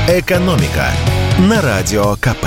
«Экономика» на Радио КП.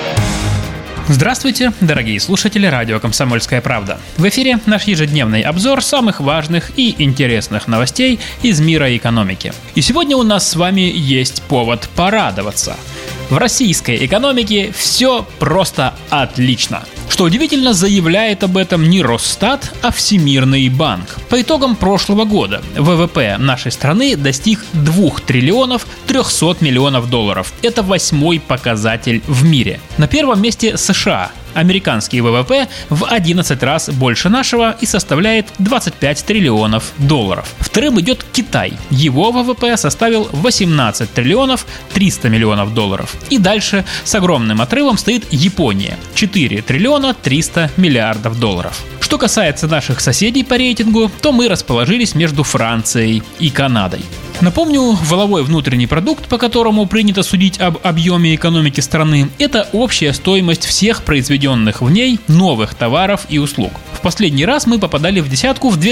Здравствуйте, дорогие слушатели радио «Комсомольская правда». В эфире наш ежедневный обзор самых важных и интересных новостей из мира экономики. И сегодня у нас с вами есть повод порадоваться. В российской экономике все просто отлично. Что удивительно, заявляет об этом не Росстат, а Всемирный банк. По итогам прошлого года ВВП нашей страны достиг 2 триллионов 300 миллионов долларов. Это 8-й показатель в мире. На первом месте США. Американский ВВП в 11 раз больше нашего и составляет 25 триллионов долларов. Вторым идет Китай. Его ВВП составил 18 триллионов 300 миллионов долларов. И дальше с огромным отрывом стоит Япония. 4 триллиона 300 миллиардов долларов. Что касается наших соседей по рейтингу, то мы расположились между Францией и Канадой. Напомню, валовой внутренний продукт, по которому принято судить об объеме экономики страны, это общая стоимость всех произведенных в ней новых товаров и услуг. В последний раз мы попадали в десятку в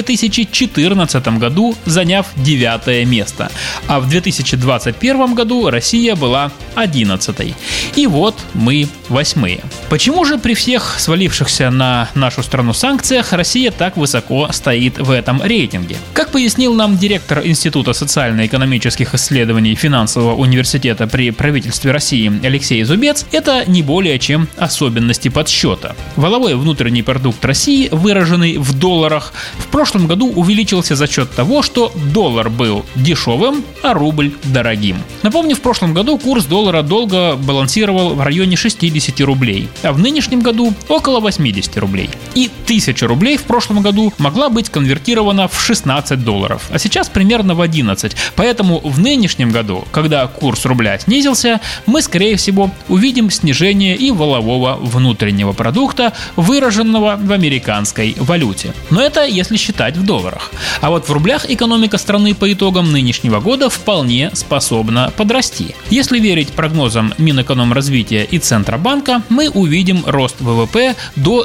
2014 году, заняв 9 место, а в 2021 году Россия была 11-й. И вот мы 8-е. Почему же при всех свалившихся на нашу страну санкциях Россия так высоко стоит в этом рейтинге? Как пояснил нам директор Института социально-экономических исследований Финансового университета при правительстве России Алексей Зубец, это не более чем особенности подсчета. Валовой внутренний продукт России, выраженный в долларах, в прошлом году увеличился за счет того, что доллар был дешевым, а рубль дорогим. Напомню, в прошлом году курс доллара долго балансировал в районе 60 рублей, а в нынешнем году около 80 рублей. И 1000 рублей в прошлом году могла быть конвертирована в 16 долларов, а сейчас примерно в 11. Поэтому в нынешнем году, когда курс рубля снизился, мы, скорее всего, увидим снижение и валового внутреннего продукта, выраженного в американской валюте. Но это если считать в долларах. А вот в рублях экономика страны по итогам нынешнего года вполне способна подрасти. Если верить прогнозам Минэкономразвития и Центробанка, мы увидим рост ВВП до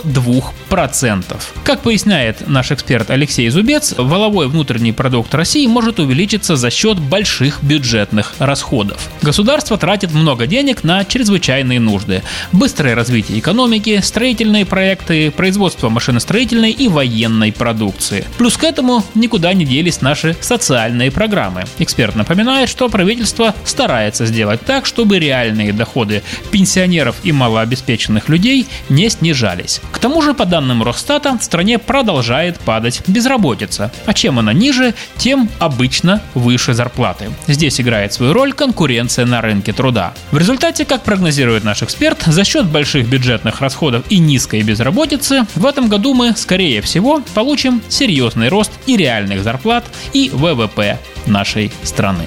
2%. Как поясняет наш эксперт Алексей Зубец, валовой внутренний продукт России может увеличиться за счет больших бюджетных расходов. Государство тратит много денег на чрезвычайные нужды: быстрое развитие экономики, строительные проекты, производство машиностроительной и военной продукции. Плюс к этому никуда не делись наши социальные программы. Эксперт напоминает, что правительство старается сделать так, чтобы реальные доходы пенсионеров и малообеспеченных людей не снижались. К тому же, по данным Росстата, в стране продолжает падать безработица. А чем она ниже, тем обычно выше зарплаты. Здесь играет свою роль конкуренция на рынке труда. В результате, как прогнозирует наш эксперт, за счет больших бюджетных расходов и низкой безработицы в этом году мы, скорее всего, получим серьезный рост и реальных зарплат, и ВВП нашей страны.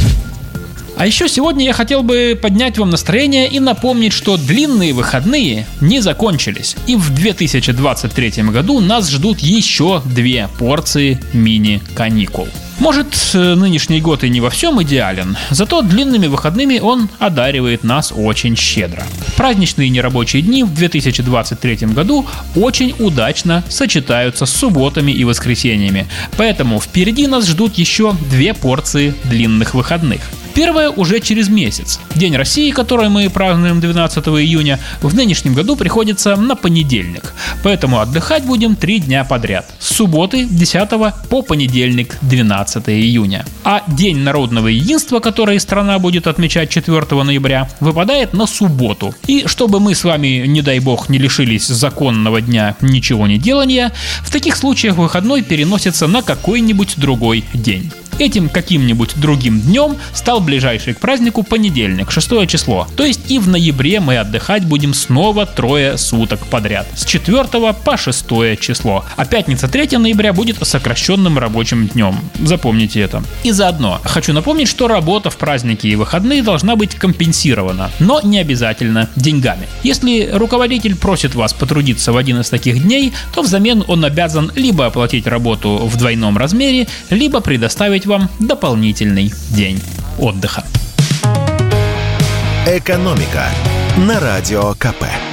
А еще сегодня я хотел бы поднять вам настроение и напомнить, что длинные выходные не закончились. И в 2023 году нас ждут еще 2 порции мини-каникул. Может, нынешний год и не во всем идеален, зато длинными выходными он одаривает нас очень щедро. Праздничные нерабочие дни в 2023 году очень удачно сочетаются с субботами и воскресеньями, поэтому впереди нас ждут еще 2 порции длинных выходных. Первая уже через месяц. День России, который мы празднуем 12 июня, в нынешнем году приходится на понедельник. Поэтому отдыхать будем 3 дня подряд. С субботы 10 по понедельник 12 июня. А День народного единства, который страна будет отмечать 4 ноября, выпадает на субботу. И чтобы мы с вами, не дай бог, не лишились законного дня ничего не делания, в таких случаях выходной переносится на какой-нибудь другой день. Этим каким-нибудь другим днем стал ближайший к празднику понедельник, 6 число. То есть и в ноябре мы отдыхать будем снова 3 суток подряд, с 4 по 6 число. А пятница 3 ноября будет сокращенным рабочим днем. Запомните это. И заодно хочу напомнить, что работа в праздники и выходные должна быть компенсирована, но не обязательно деньгами. Если руководитель просит вас потрудиться в один из таких дней, то взамен он обязан либо оплатить работу в двойном размере, либо предоставить вам дополнительный день отдыха. «Экономика» на Радио КП.